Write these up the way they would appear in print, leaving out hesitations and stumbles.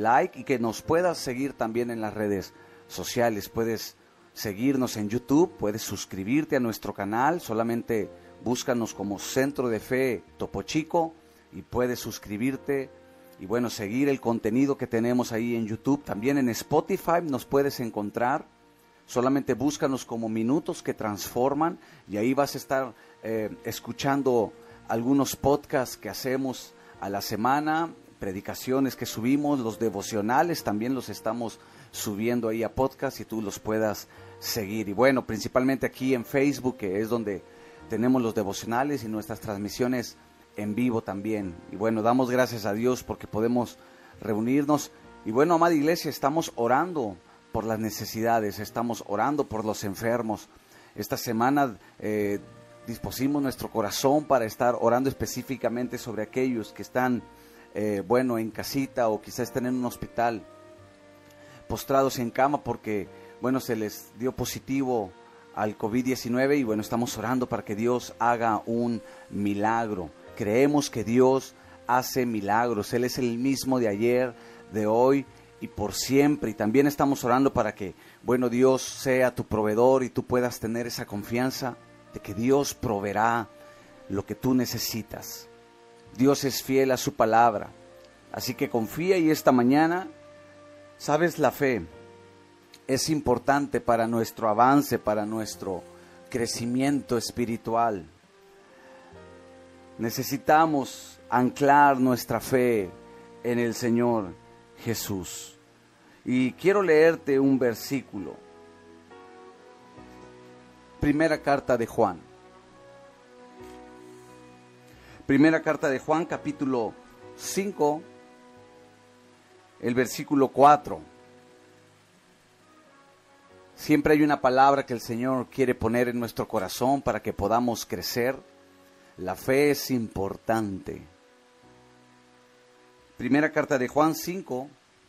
like y que nos puedas seguir también en las redes sociales. Puedes seguirnos en YouTube, puedes suscribirte a nuestro canal, solamente búscanos como Centro de Fe Topo Chico y puedes suscribirte y bueno, seguir el contenido que tenemos ahí en YouTube. También en Spotify nos puedes encontrar, solamente búscanos como Minutos que Transforman y ahí vas a estar escuchando algunos podcasts que hacemos a la semana, predicaciones que subimos, los devocionales también los estamos subiendo ahí a podcast y tú los puedas seguir. Y bueno, principalmente aquí en Facebook, que es donde tenemos los devocionales y nuestras transmisiones en vivo también. Y bueno, damos gracias a Dios porque podemos reunirnos. Y bueno, amada iglesia, estamos orando por las necesidades, estamos orando por los enfermos. Esta semana dispusimos nuestro corazón para estar orando específicamente sobre aquellos que están, en casita o quizás están en un hospital, postrados en cama porque, se les dio positivo al COVID-19 y bueno, estamos orando para que Dios haga un milagro. Creemos que Dios hace milagros, Él es el mismo de ayer, de hoy y por siempre. Y también estamos orando para que, Dios sea tu proveedor y tú puedas tener esa confianza de que Dios proveerá lo que tú necesitas. Dios es fiel a su palabra, así que confía. Y esta mañana, sabes, la fe es importante para nuestro avance, para nuestro crecimiento espiritual. Necesitamos anclar nuestra fe en el Señor Jesús. Y quiero leerte un versículo. Primera carta de Juan. Primera carta de Juan, capítulo 5, el versículo 4. Siempre hay una palabra que el Señor quiere poner en nuestro corazón para que podamos crecer. La fe es importante. Primera carta de Juan 5,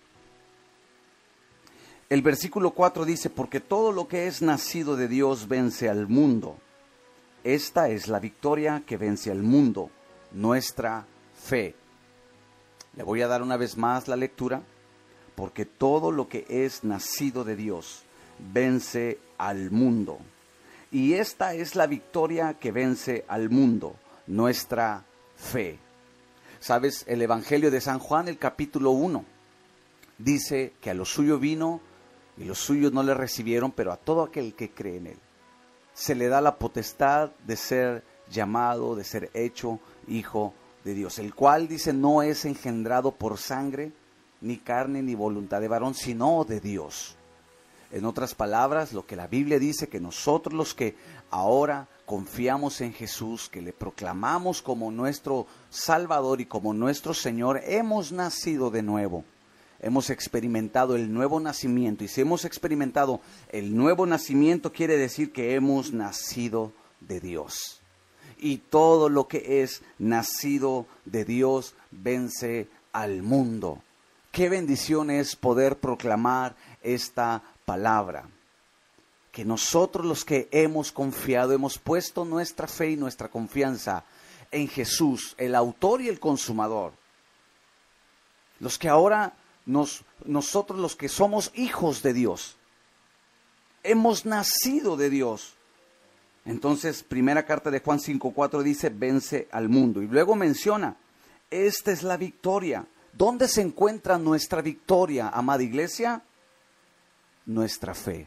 el versículo 4 dice: porque todo lo que es nacido de Dios vence al mundo. Esta es la victoria que vence al mundo, nuestra fe. Le voy a dar una vez más la lectura. Porque todo lo que es nacido de Dios vence al mundo. Y esta es la victoria que vence al mundo, nuestra fe. ¿Sabes? El Evangelio de San Juan, el capítulo 1, dice que a los suyos vino y los suyos no le recibieron, pero a todo aquel que cree en él se le da la potestad de ser llamado, de ser hecho hijo de Dios, el cual, dice, no es engendrado por sangre, ni carne, ni voluntad de varón, sino de Dios. En otras palabras, lo que la Biblia dice, que nosotros los que ahora confiamos en Jesús, que le proclamamos como nuestro Salvador y como nuestro Señor, hemos nacido de nuevo. Hemos experimentado el nuevo nacimiento. Y si hemos experimentado el nuevo nacimiento, quiere decir que hemos nacido de Dios. Y todo lo que es nacido de Dios vence al mundo. Qué bendición es poder proclamar esta palabra. Que nosotros los que hemos confiado, hemos puesto nuestra fe y nuestra confianza en Jesús, el autor y el consumador. Los que ahora nosotros los que somos hijos de Dios, hemos nacido de Dios. Entonces, primera carta de Juan 5:4 dice, vence al mundo. Y luego menciona, esta es la victoria. ¿Dónde se encuentra nuestra victoria, amada iglesia? Nuestra fe.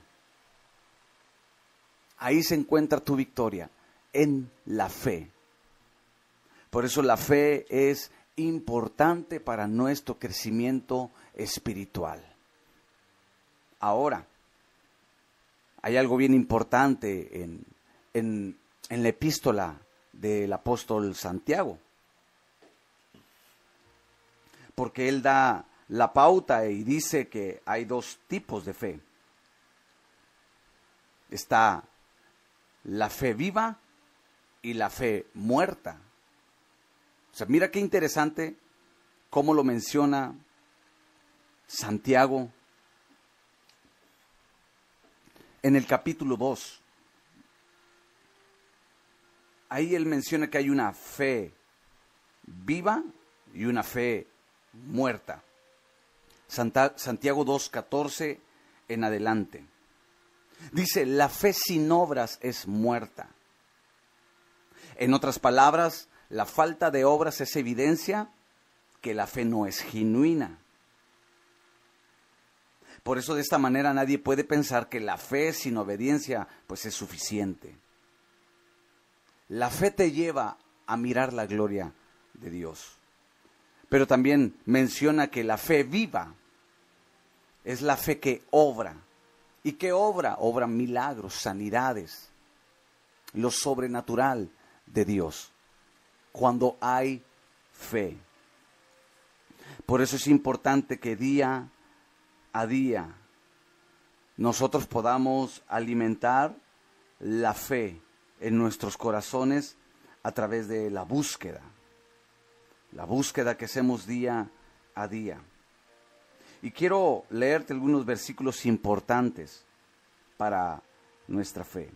Ahí se encuentra tu victoria, en la fe. Por eso la fe es importante para nuestro crecimiento espiritual. Ahora, hay algo bien importante en la epístola del apóstol Santiago. Porque él da la pauta y dice que hay dos tipos de fe. Está la fe viva y la fe muerta. O sea, mira qué interesante cómo lo menciona Santiago en el capítulo 2. Ahí él menciona que hay una fe viva y una fe muerta. Santiago 2:14 en adelante. Dice, la fe sin obras es muerta. En otras palabras, la falta de obras es evidencia que la fe no es genuina. Por eso de esta manera nadie puede pensar que la fe sin obediencia pues es suficiente. La fe te lleva a mirar la gloria de Dios. Pero también menciona que la fe viva es la fe que obra. ¿Y qué obra? Obra milagros, sanidades, lo sobrenatural de Dios, cuando hay fe. Por eso es importante que día a día nosotros podamos alimentar la fe en nuestros corazones a través de la búsqueda que hacemos día a día. Y quiero leerte algunos versículos importantes para nuestra fe.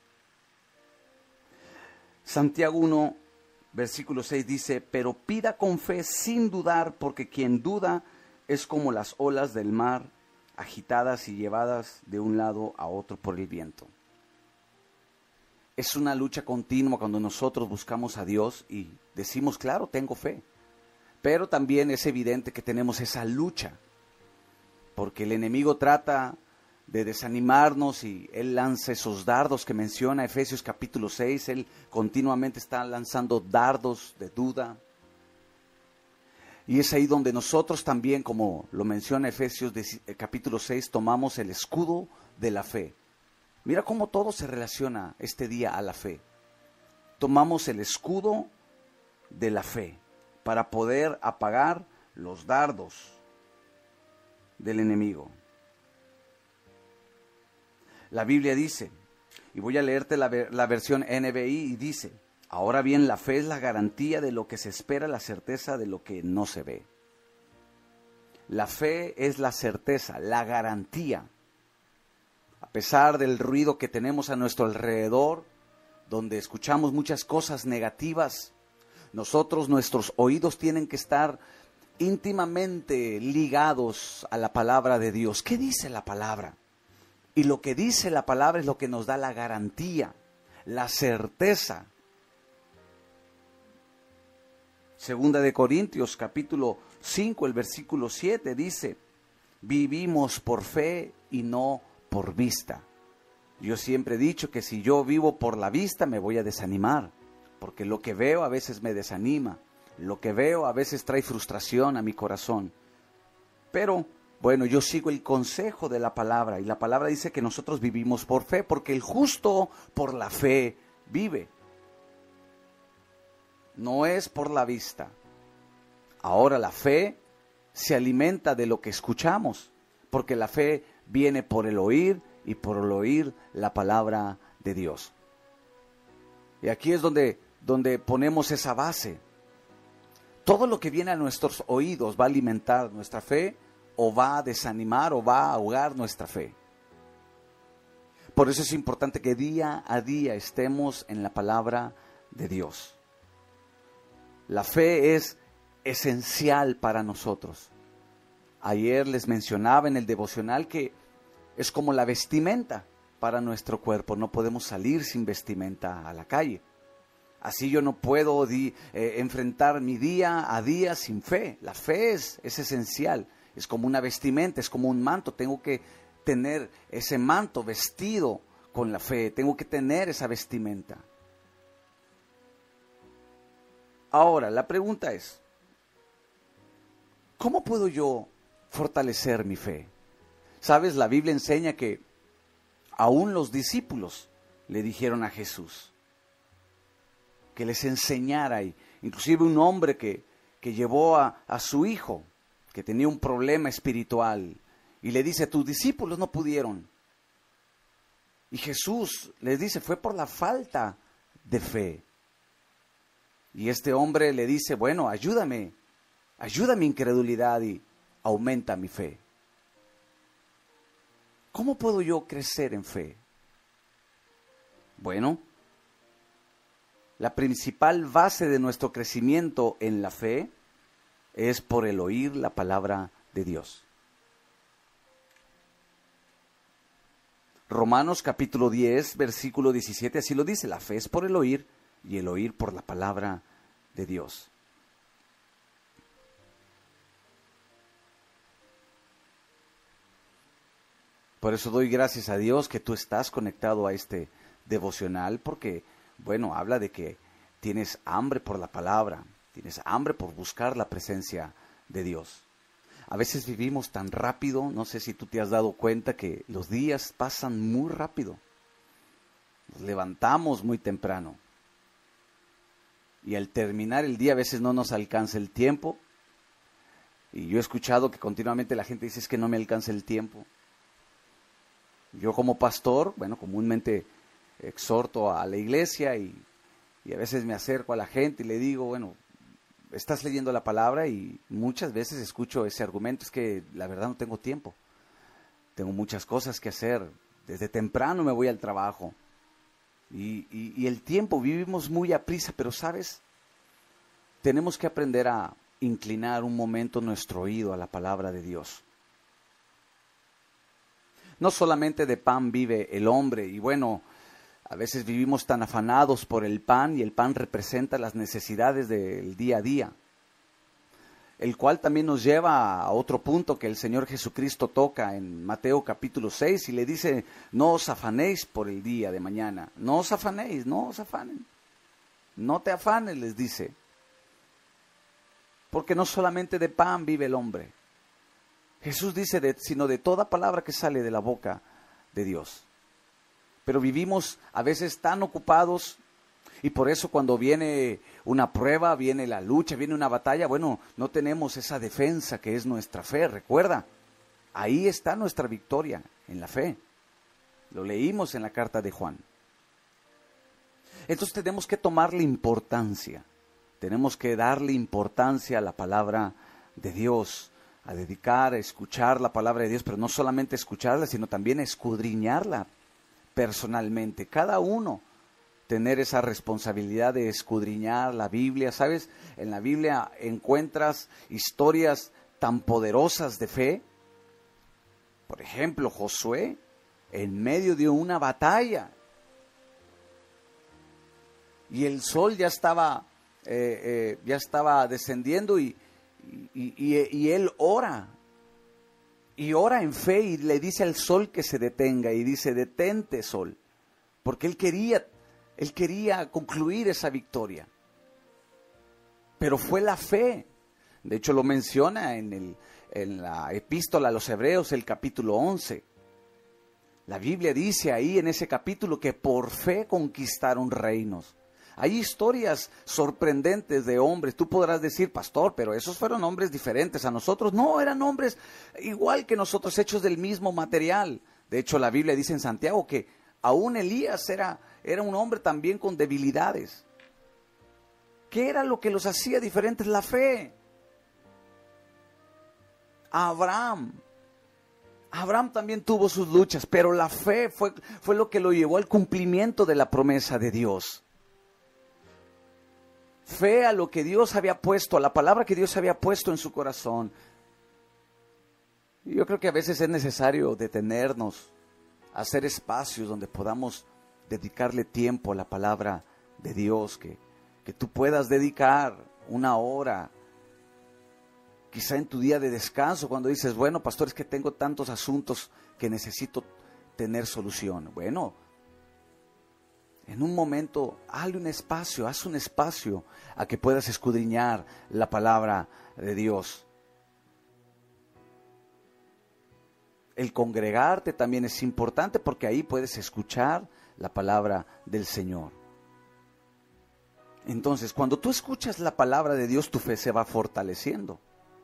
Santiago 1, versículo 6 dice, pero pida con fe sin dudar, porque quien duda es como las olas del mar, agitadas y llevadas de un lado a otro por el viento. Es una lucha continua cuando nosotros buscamos a Dios y decimos, claro, tengo fe. Pero también es evidente que tenemos esa lucha, porque el enemigo trata de desanimarnos y él lanza esos dardos que menciona Efesios capítulo 6, él continuamente está lanzando dardos de duda. Y es ahí donde nosotros también, como lo menciona Efesios capítulo 6, tomamos el escudo de la fe. Mira cómo todo se relaciona este día a la fe. Tomamos el escudo de la fe para poder apagar los dardos del enemigo. La Biblia dice, y voy a leerte la versión NBI, y dice, ahora bien, la fe es la garantía de lo que se espera, la certeza de lo que no se ve. La fe es la certeza, la garantía. A pesar del ruido que tenemos a nuestro alrededor, donde escuchamos muchas cosas negativas, nuestros oídos tienen que estar íntimamente ligados a la palabra de Dios. ¿Qué dice la palabra? Y lo que dice la palabra es lo que nos da la garantía, la certeza. Segunda de Corintios, capítulo 5, el versículo 7 dice, vivimos por fe y no por vista. Yo siempre he dicho que si yo vivo por la vista me voy a desanimar, porque lo que veo a veces me desanima, lo que veo a veces trae frustración a mi corazón. Pero bueno, yo sigo el consejo de la palabra, y la palabra dice que nosotros vivimos por fe, porque el justo por la fe vive. No es por la vista. Ahora la fe se alimenta de lo que escuchamos, porque la fe viene por el oír y por el oír la palabra de Dios. Y aquí es donde ponemos esa base. Todo lo que viene a nuestros oídos va a alimentar nuestra fe, o va a desanimar, o va a ahogar nuestra fe. Por eso es importante que día a día estemos en la palabra de Dios. La fe es esencial para nosotros. Ayer les mencionaba en el devocional que es como la vestimenta para nuestro cuerpo. No podemos salir sin vestimenta a la calle. Así yo no puedo enfrentar mi día a día sin fe. La fe es esencial. Es como una vestimenta, es como un manto. Tengo que tener ese manto vestido con la fe. Tengo que tener esa vestimenta. Ahora, la pregunta es, ¿cómo puedo yo fortalecer mi fe? ¿Sabes? La Biblia enseña que aún los discípulos le dijeron a Jesús que les enseñara. Inclusive un hombre que llevó a su hijo, que tenía un problema espiritual, y le dice, tus discípulos no pudieron. Y Jesús les dice, fue por la falta de fe. Y este hombre le dice, bueno, ayúdame mi incredulidad y aumenta mi fe. ¿Cómo puedo yo crecer en fe? Bueno, la principal base de nuestro crecimiento en la fe es por el oír la palabra de Dios. Romanos capítulo 10, versículo 17, así lo dice: la fe es por el oír y el oír por la palabra de Dios. Por eso doy gracias a Dios que tú estás conectado a este devocional, porque, bueno, habla de que tienes hambre por la palabra, tienes hambre por buscar la presencia de Dios. A veces vivimos tan rápido, no sé si tú te has dado cuenta que los días pasan muy rápido. Nos levantamos muy temprano y al terminar el día a veces no nos alcanza el tiempo. Y yo he escuchado que continuamente la gente dice: es que no me alcanza el tiempo. Yo como pastor, bueno, comúnmente exhorto a la iglesia y a veces me acerco a la gente y le digo: bueno, estás leyendo la palabra, y muchas veces escucho ese argumento: es que la verdad no tengo tiempo, tengo muchas cosas que hacer, desde temprano me voy al trabajo, y el tiempo, vivimos muy a prisa, pero ¿sabes? Tenemos que aprender a inclinar un momento nuestro oído a la palabra de Dios. No solamente de pan vive el hombre, y bueno, a veces vivimos tan afanados por el pan, y el pan representa las necesidades del día a día, el cual también nos lleva a otro punto que el Señor Jesucristo toca en Mateo capítulo 6, y le dice: no os afanéis por el día de mañana, no os afanéis, no os afanen, no te afanes, les dice, porque no solamente de pan vive el hombre. Jesús dice, sino de toda palabra que sale de la boca de Dios. Pero vivimos a veces tan ocupados, y por eso cuando viene una prueba, viene la lucha, viene una batalla, bueno, no tenemos esa defensa que es nuestra fe. Recuerda, ahí está nuestra victoria, en la fe. Lo leímos en la carta de Juan. Entonces tenemos que tomarle importancia, tenemos que darle importancia a la palabra de Dios, a dedicar, a escuchar la palabra de Dios, pero no solamente escucharla, sino también escudriñarla personalmente. Cada uno tener esa responsabilidad de escudriñar la Biblia. ¿Sabes? En la Biblia encuentras historias tan poderosas de fe. Por ejemplo, Josué, en medio de una batalla, y el sol ya estaba descendiendo, y él ora, y ora en fe, y le dice al sol que se detenga, y dice: detente, sol, porque él quería concluir esa victoria. Pero fue la fe. De hecho lo menciona en la epístola a los Hebreos, el capítulo 11. La Biblia dice ahí en ese capítulo que por fe conquistaron reinos. Hay historias sorprendentes de hombres. Tú podrás decir: pastor, pero esos fueron hombres diferentes a nosotros. No, eran hombres igual que nosotros, hechos del mismo material. De hecho, la Biblia dice en Santiago que aún Elías era un hombre también con debilidades. ¿Qué era lo que los hacía diferentes? La fe. Abraham también tuvo sus luchas, pero la fe fue lo que lo llevó al cumplimiento de la promesa de Dios. Fe a lo que Dios había puesto, a la palabra que Dios había puesto en su corazón. Y yo creo que a veces es necesario detenernos, hacer espacios donde podamos dedicarle tiempo a la palabra de Dios, que tú puedas dedicar una hora, quizá en tu día de descanso, cuando dices: bueno, pastor, es que tengo tantos asuntos que necesito tener solución. Bueno, en un momento, haz un espacio a que puedas escudriñar la palabra de Dios. El congregarte también es importante, porque ahí puedes escuchar la palabra del Señor. Entonces, cuando tú escuchas la palabra de Dios, tu fe se va fortaleciendo.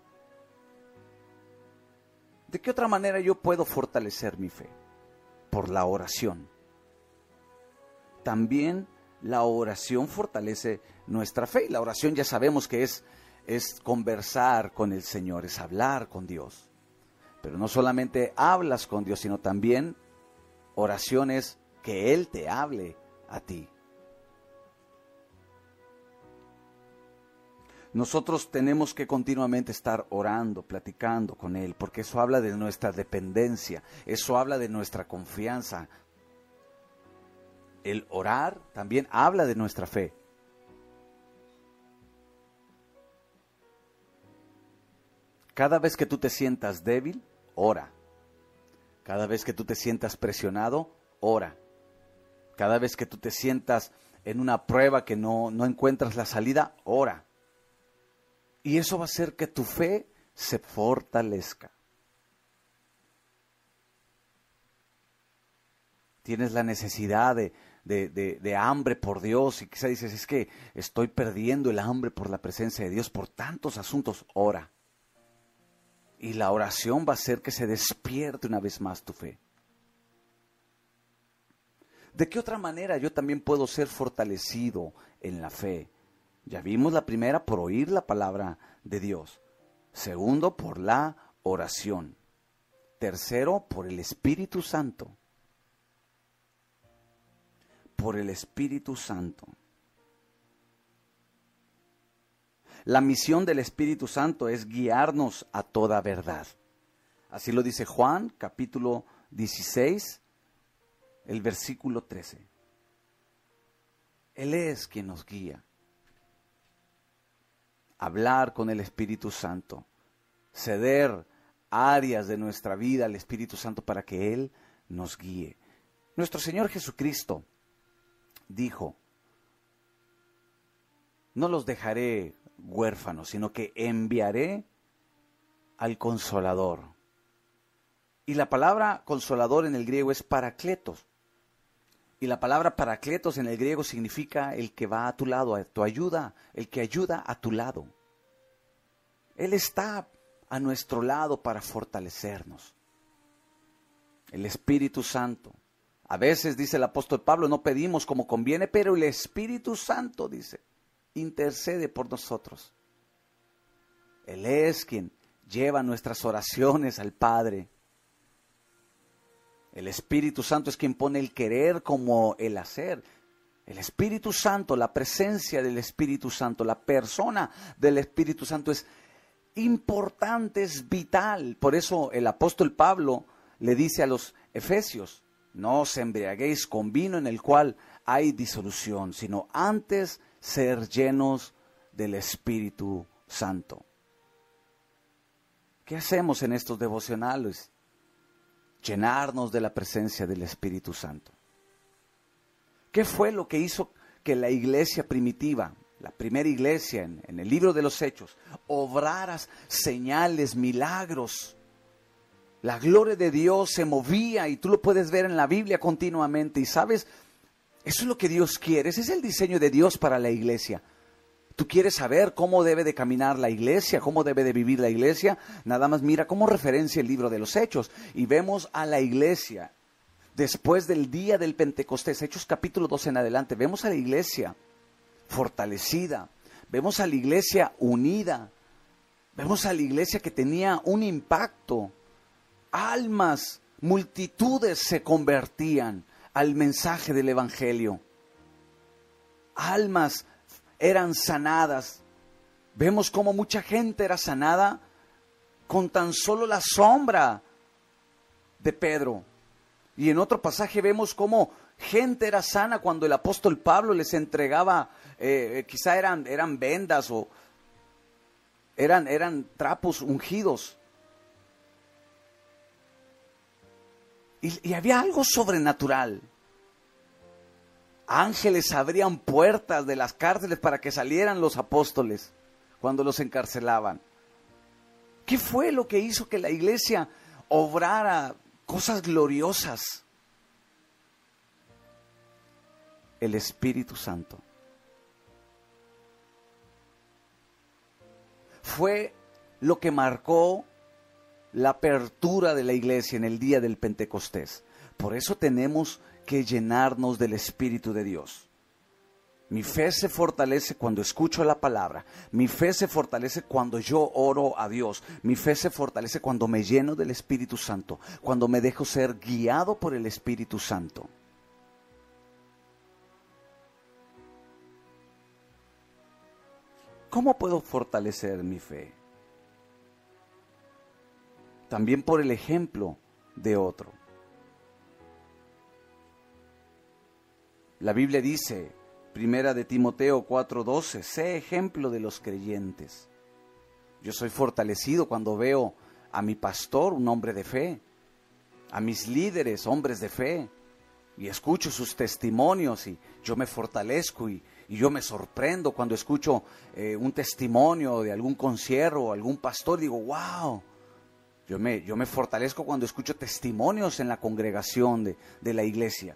¿De qué otra manera yo puedo fortalecer mi fe? Por la oración. También la oración fortalece nuestra fe. Y la oración ya sabemos que es conversar con el Señor, es hablar con Dios. Pero no solamente hablas con Dios, sino también oraciones que Él te hable a ti. Nosotros tenemos que continuamente estar orando, platicando con Él, porque eso habla de nuestra dependencia, eso habla de nuestra confianza. El orar también habla de nuestra fe. Cada vez que tú te sientas débil, ora. Cada vez que tú te sientas presionado, ora. Cada vez que tú te sientas en una prueba que no encuentras la salida, ora. Y eso va a hacer que tu fe se fortalezca. Tienes la necesidad de hambre por Dios y quizá dices, es que estoy perdiendo el hambre por la presencia de Dios, por tantos asuntos, ora. Y la oración va a hacer que se despierte una vez más tu fe. ¿De qué otra manera yo también puedo ser fortalecido en la fe? Ya vimos la primera, por oír la palabra de Dios. Segundo, por la oración. Tercero, por el Espíritu Santo. Por el Espíritu Santo. La misión del Espíritu Santo es guiarnos a toda verdad. Así lo dice Juan, capítulo 16, el versículo 13. Él es quien nos guía. Hablar con el Espíritu Santo, ceder áreas de nuestra vida al Espíritu Santo para que Él nos guíe. Nuestro Señor Jesucristo dijo, no los dejaré huérfanos, sino que enviaré al Consolador. Y la palabra Consolador en el griego es Paracletos. Y la palabra Paracletos en el griego significa el que va a tu lado, a tu ayuda, el que ayuda a tu lado. Él está a nuestro lado para fortalecernos. El Espíritu Santo. A veces, dice el apóstol Pablo, no pedimos como conviene, pero el Espíritu Santo, dice, intercede por nosotros. Él es quien lleva nuestras oraciones al Padre. El Espíritu Santo es quien pone el querer como el hacer. El Espíritu Santo, la presencia del Espíritu Santo, la persona del Espíritu Santo es importante, es vital. Por eso el apóstol Pablo le dice a los efesios, no os embriaguéis con vino en el cual hay disolución, sino antes ser llenos del Espíritu Santo. ¿Qué hacemos en estos devocionales? Llenarnos de la presencia del Espíritu Santo. ¿Qué fue lo que hizo que la iglesia primitiva, la primera iglesia en el libro de los Hechos, obrara señales, milagros? La gloria de Dios se movía y tú lo puedes ver en la Biblia continuamente. Y sabes, eso es lo que Dios quiere, ese es el diseño de Dios para la iglesia. ¿Tú quieres saber cómo debe de caminar la iglesia, cómo debe de vivir la iglesia? Nada más mira como referencia el libro de los Hechos y vemos a la iglesia después del día del Pentecostés, Hechos capítulo 12 en adelante, vemos a la iglesia fortalecida, vemos a la iglesia unida, vemos a la iglesia que tenía un impacto, almas, multitudes se convertían al mensaje del Evangelio, almas eran sanadas. Vemos cómo mucha gente era sanada con tan solo la sombra de Pedro. Y en otro pasaje vemos cómo gente era sana cuando el apóstol Pablo les entregaba, quizá eran vendas o eran trapos ungidos. Y había algo sobrenatural. Ángeles abrían puertas de las cárceles para que salieran los apóstoles cuando los encarcelaban. ¿Qué fue lo que hizo que la iglesia obrara cosas gloriosas? El Espíritu Santo. Fue lo que marcó la apertura de la iglesia en el día del Pentecostés. Por eso tenemos que llenarnos del Espíritu de Dios. Mi fe se fortalece cuando escucho la palabra. Mi fe se fortalece cuando yo oro a Dios. Mi fe se fortalece cuando me lleno del Espíritu Santo, cuando me dejo ser guiado por el Espíritu Santo. ¿Cómo puedo fortalecer mi fe? También por el ejemplo de otro. La Biblia dice, Primera de Timoteo 4:12, sé ejemplo de los creyentes. Yo soy fortalecido cuando veo a mi pastor, un hombre de fe, a mis líderes, hombres de fe, y escucho sus testimonios y yo me fortalezco y yo me sorprendo cuando escucho un testimonio de algún consiervo o algún pastor, digo, wow. Yo me fortalezco cuando escucho testimonios en la congregación de la iglesia.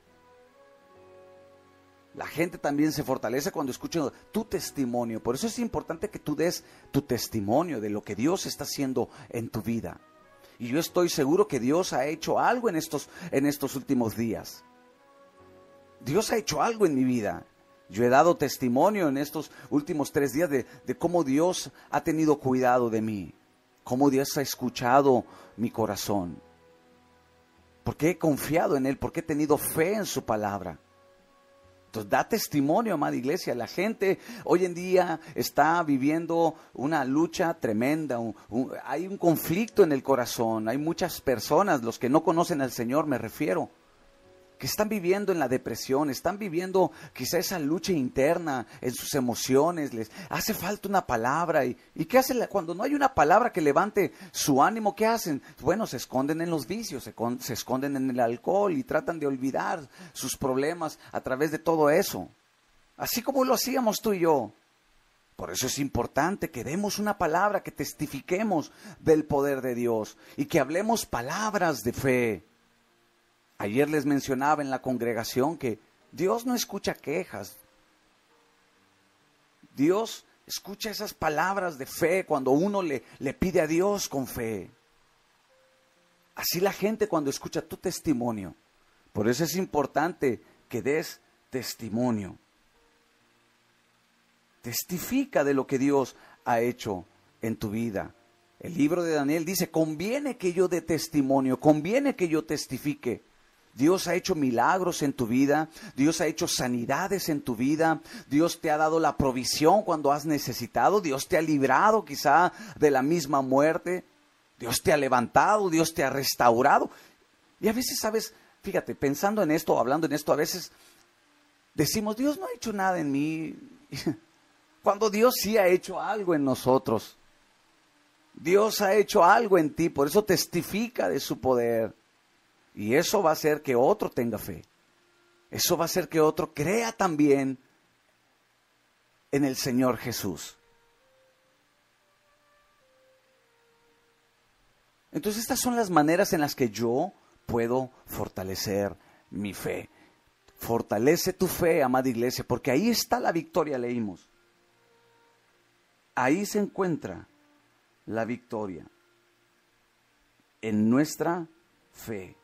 La gente también se fortalece cuando escucha tu testimonio. Por eso es importante que tú des tu testimonio de lo que Dios está haciendo en tu vida. Y yo estoy seguro que Dios ha hecho algo en estos últimos días. Dios ha hecho algo en mi vida. Yo he dado testimonio en estos últimos 3 días de cómo Dios ha tenido cuidado de mí. Cómo Dios ha escuchado mi corazón. Porque he confiado en Él, porque he tenido fe en su palabra. Entonces, da testimonio, amada iglesia. La gente hoy en día está viviendo una lucha tremenda. Hay un conflicto en el corazón. Hay muchas personas, los que no conocen al Señor me refiero, que están viviendo en la depresión, están viviendo quizá esa lucha interna en sus emociones, les hace falta una palabra. ¿Y qué hacen cuando no hay una palabra que levante su ánimo? ¿Qué hacen? Bueno, se esconden en los vicios, se esconden en el alcohol y tratan de olvidar sus problemas a través de todo eso. Así como lo hacíamos tú y yo. Por eso es importante que demos una palabra, que testifiquemos del poder de Dios y que hablemos palabras de fe. Ayer les mencionaba en la congregación que Dios no escucha quejas. Dios escucha esas palabras de fe cuando uno le pide a Dios con fe. Así la gente cuando escucha tu testimonio. Por eso es importante que des testimonio. Testifica de lo que Dios ha hecho en tu vida. El libro de Daniel dice, conviene que yo dé testimonio, conviene que yo testifique. Dios ha hecho milagros en tu vida, Dios ha hecho sanidades en tu vida, Dios te ha dado la provisión cuando has necesitado, Dios te ha librado quizá de la misma muerte, Dios te ha levantado, Dios te ha restaurado. Y a veces, ¿sabes? Fíjate, pensando en esto, hablando en esto, a veces decimos, Dios no ha hecho nada en mí, cuando Dios sí ha hecho algo en nosotros. Dios ha hecho algo en ti, por eso testifica de su poder. Y eso va a hacer que otro tenga fe. Eso va a hacer que otro crea también en el Señor Jesús. Entonces estas son las maneras en las que yo puedo fortalecer mi fe. Fortalece tu fe, amada iglesia, porque ahí está la victoria, leímos. Ahí se encuentra la victoria, en nuestra fe.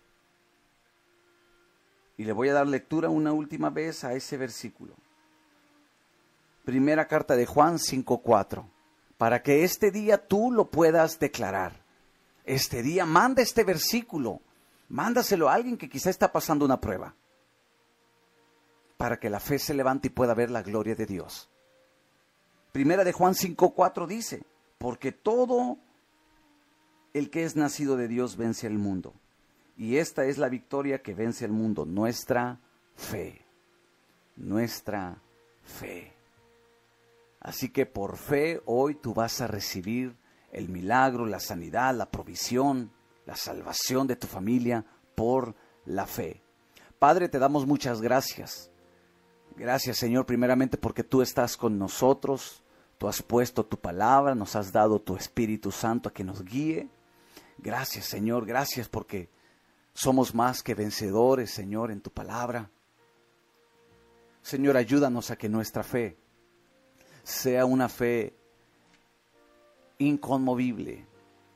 Y le voy a dar lectura una última vez a ese versículo. Primera carta de Juan 5:4. Para que este día tú lo puedas declarar. Este día manda este versículo. Mándaselo a alguien que quizá está pasando una prueba. Para que la fe se levante y pueda ver la gloria de Dios. Primera de Juan 5:4 dice, porque todo el que es nacido de Dios vence al mundo. Y esta es la victoria que vence al mundo, nuestra fe. Nuestra fe. Así que por fe hoy tú vas a recibir el milagro, la sanidad, la provisión, la salvación de tu familia por la fe. Padre, te damos muchas gracias. Gracias, Señor, primeramente porque tú estás con nosotros. Tú has puesto tu palabra, nos has dado tu Espíritu Santo a que nos guíe. Gracias, Señor, gracias porque somos más que vencedores, Señor, en tu palabra. Señor, ayúdanos a que nuestra fe sea una fe inconmovible,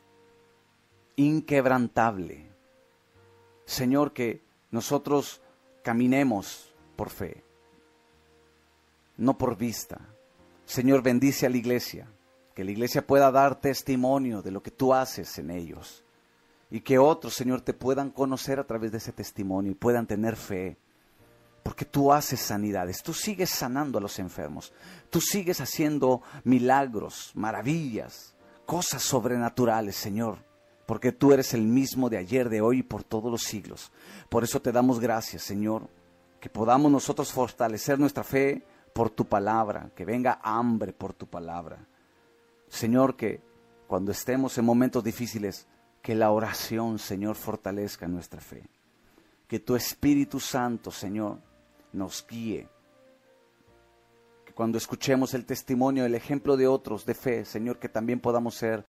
inquebrantable. Señor, que nosotros caminemos por fe, no por vista. Señor, bendice a la iglesia, que la iglesia pueda dar testimonio de lo que tú haces en ellos. Y que otros, Señor, te puedan conocer a través de ese testimonio y puedan tener fe porque tú haces sanidades, tú sigues sanando a los enfermos, tú sigues haciendo milagros, maravillas, cosas sobrenaturales, Señor, porque tú eres el mismo de ayer, de hoy y por todos los siglos. Por eso te damos gracias, Señor, que podamos nosotros fortalecer nuestra fe por tu palabra, que venga hambre por tu palabra. Señor, que cuando estemos en momentos difíciles, que la oración, Señor, fortalezca nuestra fe. Que tu Espíritu Santo, Señor, nos guíe. Que cuando escuchemos el testimonio, el ejemplo de otros de fe, Señor, que también podamos ser